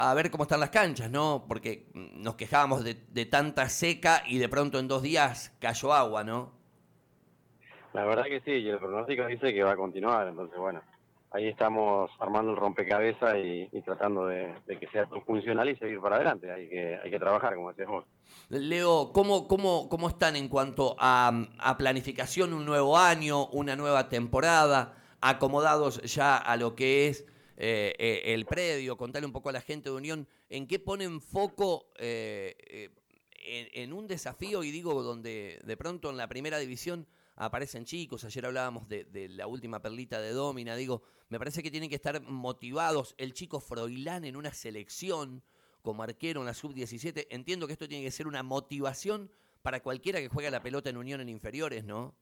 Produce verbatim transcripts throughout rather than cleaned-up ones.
a ver cómo están las canchas, ¿no? Porque nos quejábamos de, de tanta seca y de pronto en dos días cayó agua, ¿no? La verdad que sí, y el pronóstico dice que va a continuar, entonces bueno, ahí estamos armando el rompecabezas y, y tratando de, de que sea todo funcional y seguir para adelante, hay que, hay que trabajar, como decías vos. Leo, ¿cómo, cómo, cómo están en cuanto a, a planificación, un nuevo año, una nueva temporada, acomodados ya a lo que es eh, eh, el predio? Contale un poco a la gente de Unión, ¿en qué ponen foco eh, eh, en, en un desafío, y digo, donde de pronto en la primera división aparecen chicos? Ayer hablábamos de, de la última perlita de Domina, digo, me parece que tienen que estar motivados. El chico Froilán en una selección como arquero en la sub diecisiete. Entiendo que esto tiene que ser una motivación para cualquiera que juega la pelota en Unión en inferiores, ¿no?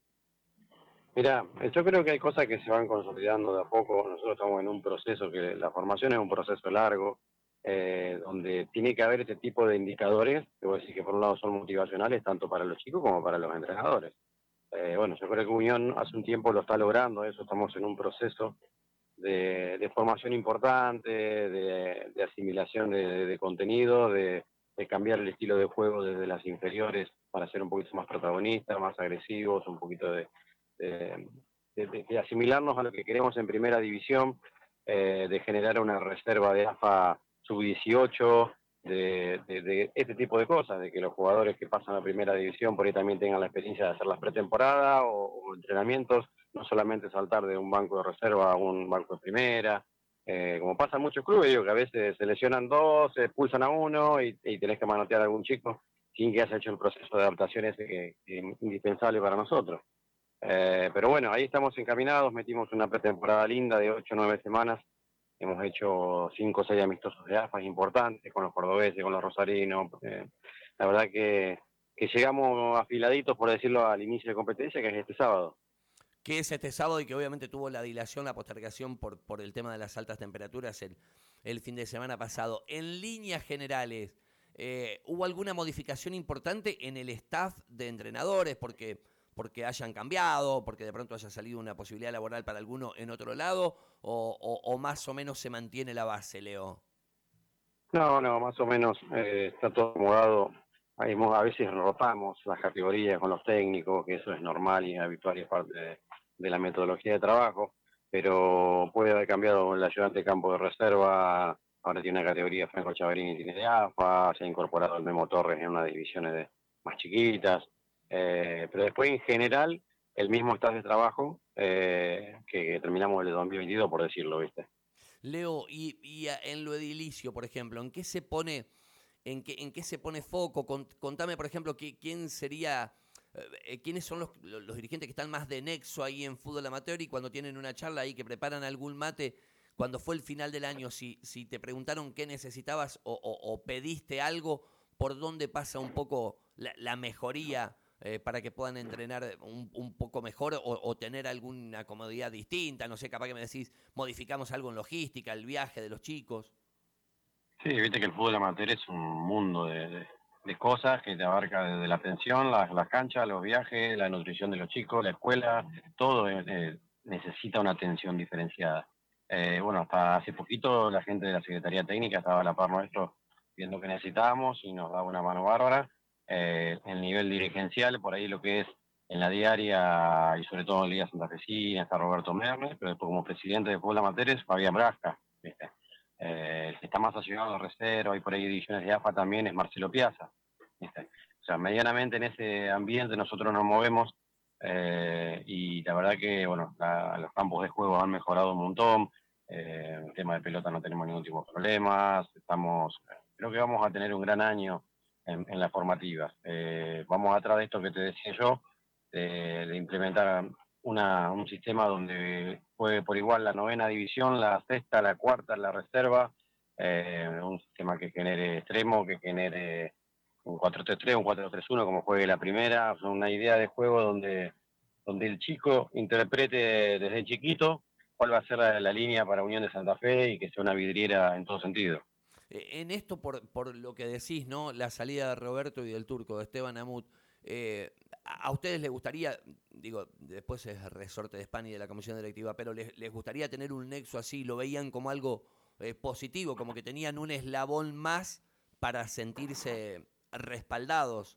Mira, yo creo que hay cosas que se van consolidando de a poco, nosotros estamos en un proceso que la formación es un proceso largo, eh, donde tiene que haber este tipo de indicadores, que voy a decir que por un lado son motivacionales tanto para los chicos como para los entrenadores. Eh, bueno, yo creo que Unión hace un tiempo lo está logrando, eso estamos en un proceso de, de formación importante, de, de asimilación de, de, de contenido, de, de cambiar el estilo de juego desde las inferiores para ser un poquito más protagonistas, más agresivos, un poquito de, de, de, de asimilarnos a lo que queremos en primera división, eh, de generar una reserva de A F A sub dieciocho, de, de, de este tipo de cosas, de que los jugadores que pasan a primera división por ahí también tengan la experiencia de hacer las pretemporadas o, o entrenamientos, no solamente saltar de un banco de reserva a un banco de primera, eh, como pasa en muchos clubes, digo que a veces se lesionan dos, se expulsan a uno y, y tenés que manotear a algún chico sin que haya hecho el proceso de adaptación ese que, que es indispensable para nosotros. Eh, pero bueno, ahí estamos encaminados, metimos una pretemporada linda de ocho o nueve semanas, hemos hecho cinco o seis amistosos de A F A importantes con los cordobeses, con los rosarinos, eh, la verdad que, que llegamos afiladitos, por decirlo, al inicio de competencia, que es este sábado. Que es este sábado y que obviamente tuvo la dilación, la postergación por, por el tema de las altas temperaturas el, el fin de semana pasado. En líneas generales, eh, ¿hubo alguna modificación importante en el staff de entrenadores? Porque, porque hayan cambiado, porque de pronto haya salido una posibilidad laboral para alguno en otro lado, o, o, o más o menos se mantiene la base, Leo. No, no, más o menos eh, está todo acomodado. Ahí mo- a veces rotamos las categorías con los técnicos, que eso es normal y habitual y es parte de, de la metodología de trabajo, pero puede haber cambiado el ayudante de campo de reserva, ahora tiene una categoría, Franco Chavarini tiene de A F A, se ha incorporado el Memo Torres en unas divisiones de, más chiquitas, eh, pero después en general el mismo estado de trabajo eh, que terminamos el dos mil veintidós, por decirlo, ¿viste? Leo, y, y en lo edilicio, por ejemplo, ¿en qué se pone, en qué, en qué se pone foco? Cont- Contame, por ejemplo, qué- quién sería, eh, quiénes son los, los dirigentes que están más de nexo ahí en fútbol amateur, y cuando tienen una charla ahí que preparan algún mate, cuando fue el final del año, si, si te preguntaron qué necesitabas o, o- o pediste algo, por dónde pasa un poco la, la mejoría eh, para que puedan entrenar un, un poco mejor o, o tener alguna comodidad distinta. No sé, capaz que me decís, modificamos algo en logística, el viaje de los chicos. Sí, viste que el fútbol amateur es un mundo de, de- de cosas que te abarca desde la atención, las, las canchas, los viajes, la nutrición de los chicos, la escuela, todo eh, eh, necesita una atención diferenciada. Eh, bueno, hasta hace poquito la gente de la Secretaría Técnica estaba a la par nuestro viendo que necesitábamos y nos daba una mano bárbara. Eh, el nivel dirigencial, por ahí lo que es en la diaria y sobre todo en Liga Santafesina, está Roberto Mernes, pero después como presidente de fútbol amateur es Fabián Brasca, ¿viste? Eh, el que está más allegado a reserva y por ahí ediciones de A F A también es Marcelo Piazza, ¿viste? O sea, medianamente en ese ambiente nosotros nos movemos eh, y la verdad que, bueno, la, los campos de juego han mejorado un montón, eh, el tema de pelota no tenemos ningún tipo de problemas, estamos, creo que vamos a tener un gran año en, en las formativas. Eh, vamos atrás de esto que te decía yo, de, de implementar una, un sistema donde juegue por igual la novena división, la sexta, la cuarta, la reserva, eh, un sistema que genere extremo, que genere un cuatro tres tres, un cuatro tres uno, como juegue la primera, o sea, una idea de juego donde, donde el chico interprete desde chiquito cuál va a ser la, la línea para Unión de Santa Fe y que sea una vidriera en todo sentido. Eh, en esto, por, por lo que decís, ¿no? La salida de Roberto y del turco, de Esteban Amut, eh, a, a ustedes les gustaría, digo, después es resorte de España y de la comisión directiva, pero les, les gustaría tener un nexo así, lo veían como algo eh, positivo, como que tenían un eslabón más para sentirse respaldados.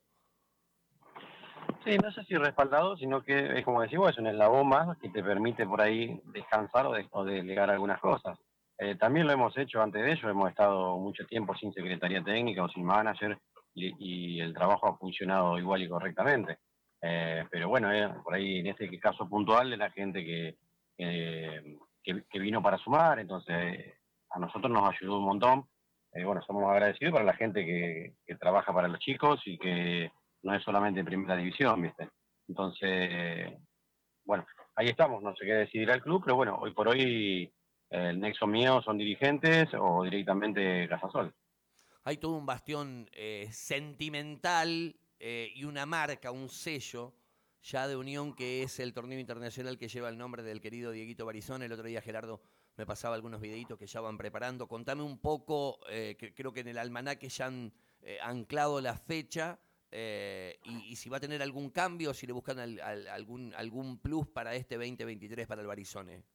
Sí, no sé si respaldado, sino que es como decimos, es un eslabón más que te permite por ahí descansar o, de, o delegar algunas cosas. Eh, también lo hemos hecho antes de ello, hemos estado mucho tiempo sin secretaría técnica o sin manager y, y el trabajo ha funcionado igual y correctamente. Eh, pero bueno, eh, por ahí en este caso puntual de la gente que, que, que, que vino para sumar, entonces a nosotros nos ayudó un montón. Eh, bueno, somos agradecidos para la gente que, que trabaja para los chicos y que no es solamente en primera división, ¿viste? Entonces, bueno, ahí estamos, no sé qué decidirá el club, pero bueno, hoy por hoy eh, el nexo mío son dirigentes o directamente Casasol. Hay todo un bastión eh, sentimental eh, y una marca, un sello ya de unión que es el torneo internacional que lleva el nombre del querido Dieguito Barizón. El otro día Gerardo me pasaba algunos videitos que ya van preparando. Contame un poco, eh, que creo que en el almanaque ya han eh, anclado la fecha eh, y, y si va a tener algún cambio, si le buscan al, al, algún, algún plus para este veinte veintitrés para el Barizone.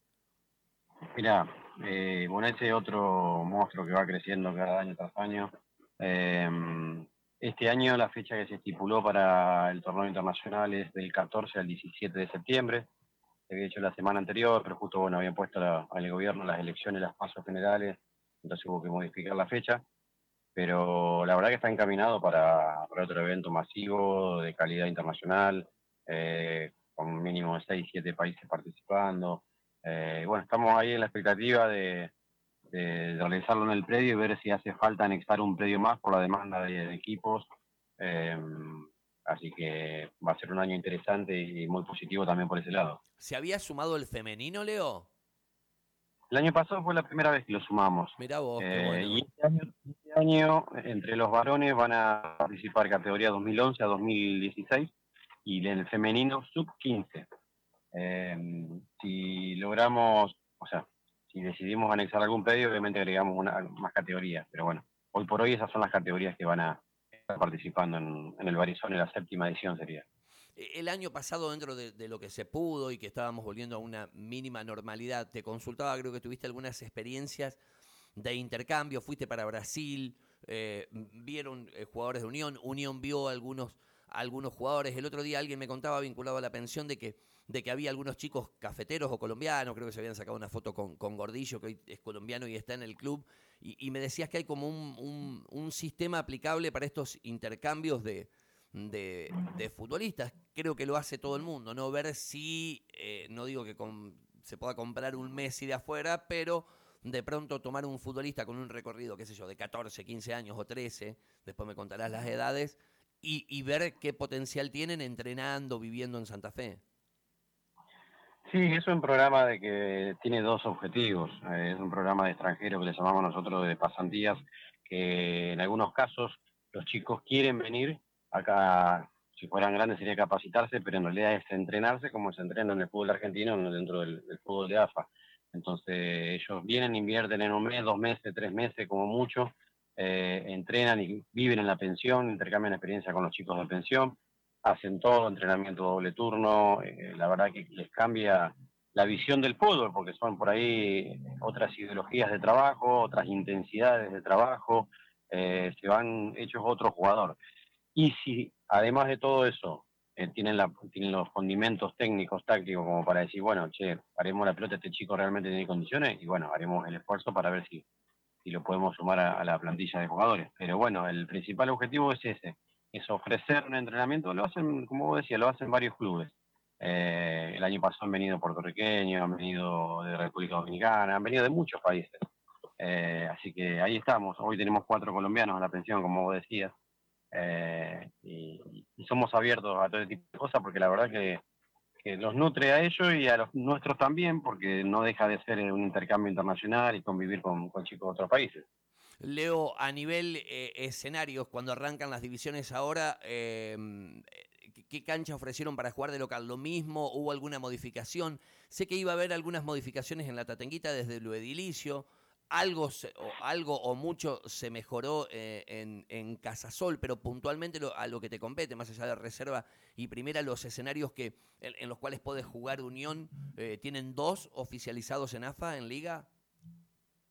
Mirá, eh, bueno, ese otro monstruo que va creciendo cada año tras año. Eh, este año la fecha que se estipuló para el torneo internacional es del catorce al diecisiete de septiembre. Se había hecho la semana anterior, pero justo bueno habían puesto la, al gobierno las elecciones, las pasos generales, entonces hubo que modificar la fecha. Pero la verdad que está encaminado para, para otro evento masivo de calidad internacional, eh, con mínimo de seis siete países participando. Eh, bueno, estamos ahí en la expectativa de, de realizarlo en el predio y ver si hace falta anexar un predio más por la demanda de, de equipos. Eh, así que va a ser un año interesante y muy positivo también por ese lado. ¿Se había sumado el femenino, Leo? El año pasado fue la primera vez que lo sumamos. Mirá vos, qué Eh, y bueno. este año, este año, entre los varones van a participar categoría dos mil once a dos mil dieciséis y en el femenino sub quince. Eh, si logramos, o sea, si decidimos anexar algún predio, obviamente agregamos una, más categorías. Pero bueno, hoy por hoy esas son las categorías que van a estar participando en, en el Barizón en la séptima edición sería. El año pasado, dentro de, de lo que se pudo y que estábamos volviendo a una mínima normalidad, te consultaba, creo que tuviste algunas experiencias de intercambio, fuiste para Brasil, eh, vieron eh, jugadores de Unión, Unión vio algunos, algunos jugadores. El otro día alguien me contaba, vinculado a la pensión, de que, de que había algunos chicos cafeteros o colombianos, creo que se habían sacado una foto con, con Gordillo, que hoy es colombiano y está en el club, y, y me decías que hay como un, un, un sistema aplicable para estos intercambios de de, de futbolistas. Creo que lo hace todo el mundo, ¿no? Ver si, eh, no digo que con, se pueda comprar un Messi de afuera, pero de pronto tomar un futbolista con un recorrido, qué sé yo, de catorce, quince años o trece, después me contarás las edades, y, y ver qué potencial tienen entrenando, viviendo en Santa Fe. Sí, es un programa de que tiene dos objetivos. Eh, es un programa de extranjero que le llamamos nosotros de pasantías, que en algunos casos los chicos quieren venir acá, si fueran grandes sería capacitarse, pero en realidad es entrenarse como se entrena en el fútbol argentino, no dentro del, del fútbol de A F A. Entonces ellos vienen, invierten en un mes, dos meses, tres meses como mucho, eh, entrenan y viven en la pensión, intercambian experiencia con los chicos de pensión, hacen todo, entrenamiento doble turno, eh, la verdad que les cambia la visión del fútbol, porque son por ahí otras ideologías de trabajo, otras intensidades de trabajo, eh, se van hechos otro jugador. Y si además de todo eso eh, tienen, la, tienen los condimentos técnicos, tácticos, como para decir, bueno, che, haremos la pelota, este chico realmente tiene condiciones, y bueno, haremos el esfuerzo para ver si, si lo podemos sumar a, a la plantilla de jugadores. Pero bueno, el principal objetivo es ese, es ofrecer un entrenamiento. Lo hacen, como vos decías, lo hacen varios clubes. Eh, el año pasado han venido puertorriqueños, han venido de República Dominicana, han venido de muchos países. Eh, así que ahí estamos. Hoy tenemos cuatro colombianos en la pensión, como vos decías. Eh, y, y somos abiertos a todo tipo de cosas porque la verdad que, que los nutre a ellos y a los nuestros también, porque no deja de ser un intercambio internacional y convivir con, con chicos de otros países. Leo, a nivel eh, escenarios, cuando arrancan las divisiones ahora, eh, ¿qué, ¿qué cancha ofrecieron para jugar de local? ¿Lo mismo? ¿Hubo alguna modificación? Sé que iba a haber algunas modificaciones en la Tatenguita desde lo edilicio. Algo, se, o, algo o mucho se mejoró eh, en, en Casasol, pero puntualmente lo, a lo que te compete, más allá de reserva y primera, los escenarios que en, en los cuales podés jugar Unión, eh, ¿tienen dos oficializados en A F A, en Liga?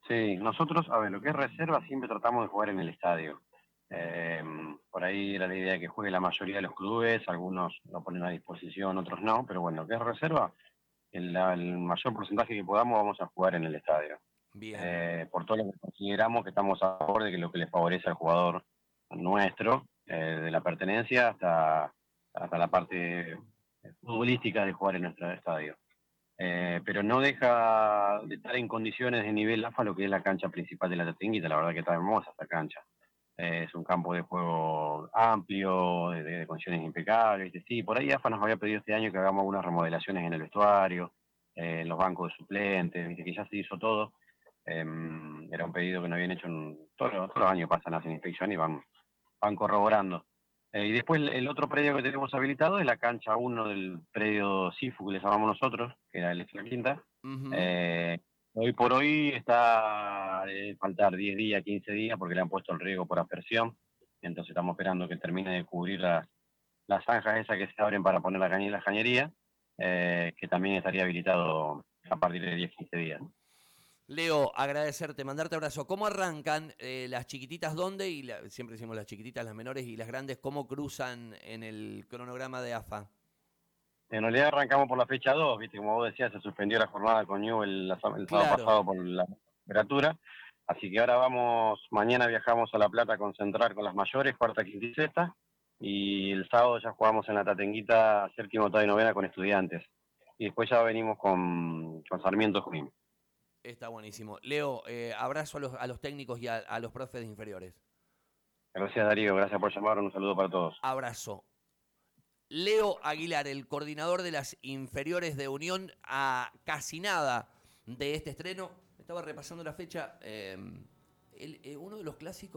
Sí, nosotros, a ver, lo que es reserva siempre tratamos de jugar en el estadio. Eh, por ahí era la idea de que juegue la mayoría de los clubes, algunos lo ponen a disposición, otros no, pero bueno, lo que es reserva, el, el mayor porcentaje que podamos vamos a jugar en el estadio. Bien. Eh, por todo lo que consideramos que estamos a favor de que lo que le favorece al jugador nuestro, eh, de la pertenencia hasta, hasta la parte futbolística de jugar en nuestro estadio. Eh, pero no deja de estar en condiciones de nivel AFA lo que es la cancha principal de la Tatinguita, la verdad que está hermosa esta cancha. Eh, es un campo de juego amplio, de, de condiciones impecables. Sí, por ahí AFA nos había pedido este año que hagamos algunas remodelaciones en el vestuario, eh, en los bancos de suplentes, viste que ya se hizo todo. Eh, Era un pedido que nos habían hecho en, todos, los, todos los años pasan las inspecciones y van, van corroborando. Eh, y después el, el otro predio que tenemos habilitado es la cancha uno del predio Sifu, que le llamamos nosotros, que era el de la Quinta. Ujú. Eh, Hoy por hoy está de faltar diez días, quince días, porque le han puesto el riego por aspersión. Entonces estamos esperando que termine de cubrir las, las zanjas esas que se abren para poner la, cañería, la cañería, eh, que también estaría habilitado a partir de diez, quince días. Leo, agradecerte, mandarte abrazo. ¿Cómo arrancan eh, las chiquititas dónde? Y la- siempre decimos las chiquititas, las menores y las grandes, ¿cómo cruzan en el cronograma de AFA? En realidad arrancamos por la fecha dos, viste, como vos decías, se suspendió la jornada con Newell el, el sábado Claro. pasado por la temperatura, así que ahora vamos, mañana viajamos a La Plata a concentrar con las mayores, cuarta, quinta y sexta, y el sábado ya jugamos en la Tatenguita, séptimo, octavo y novena con estudiantes, y después ya venimos con, con Sarmiento Junín. Está buenísimo. Leo, eh, abrazo a los, a los técnicos y a, a los profes de inferiores. Gracias Darío, gracias por llamar, un saludo para todos. Abrazo. Leo Aguilar, el coordinador de las inferiores de Unión, a casi nada de este estreno. Estaba repasando la fecha. Eh, el, eh, uno de los clásicos.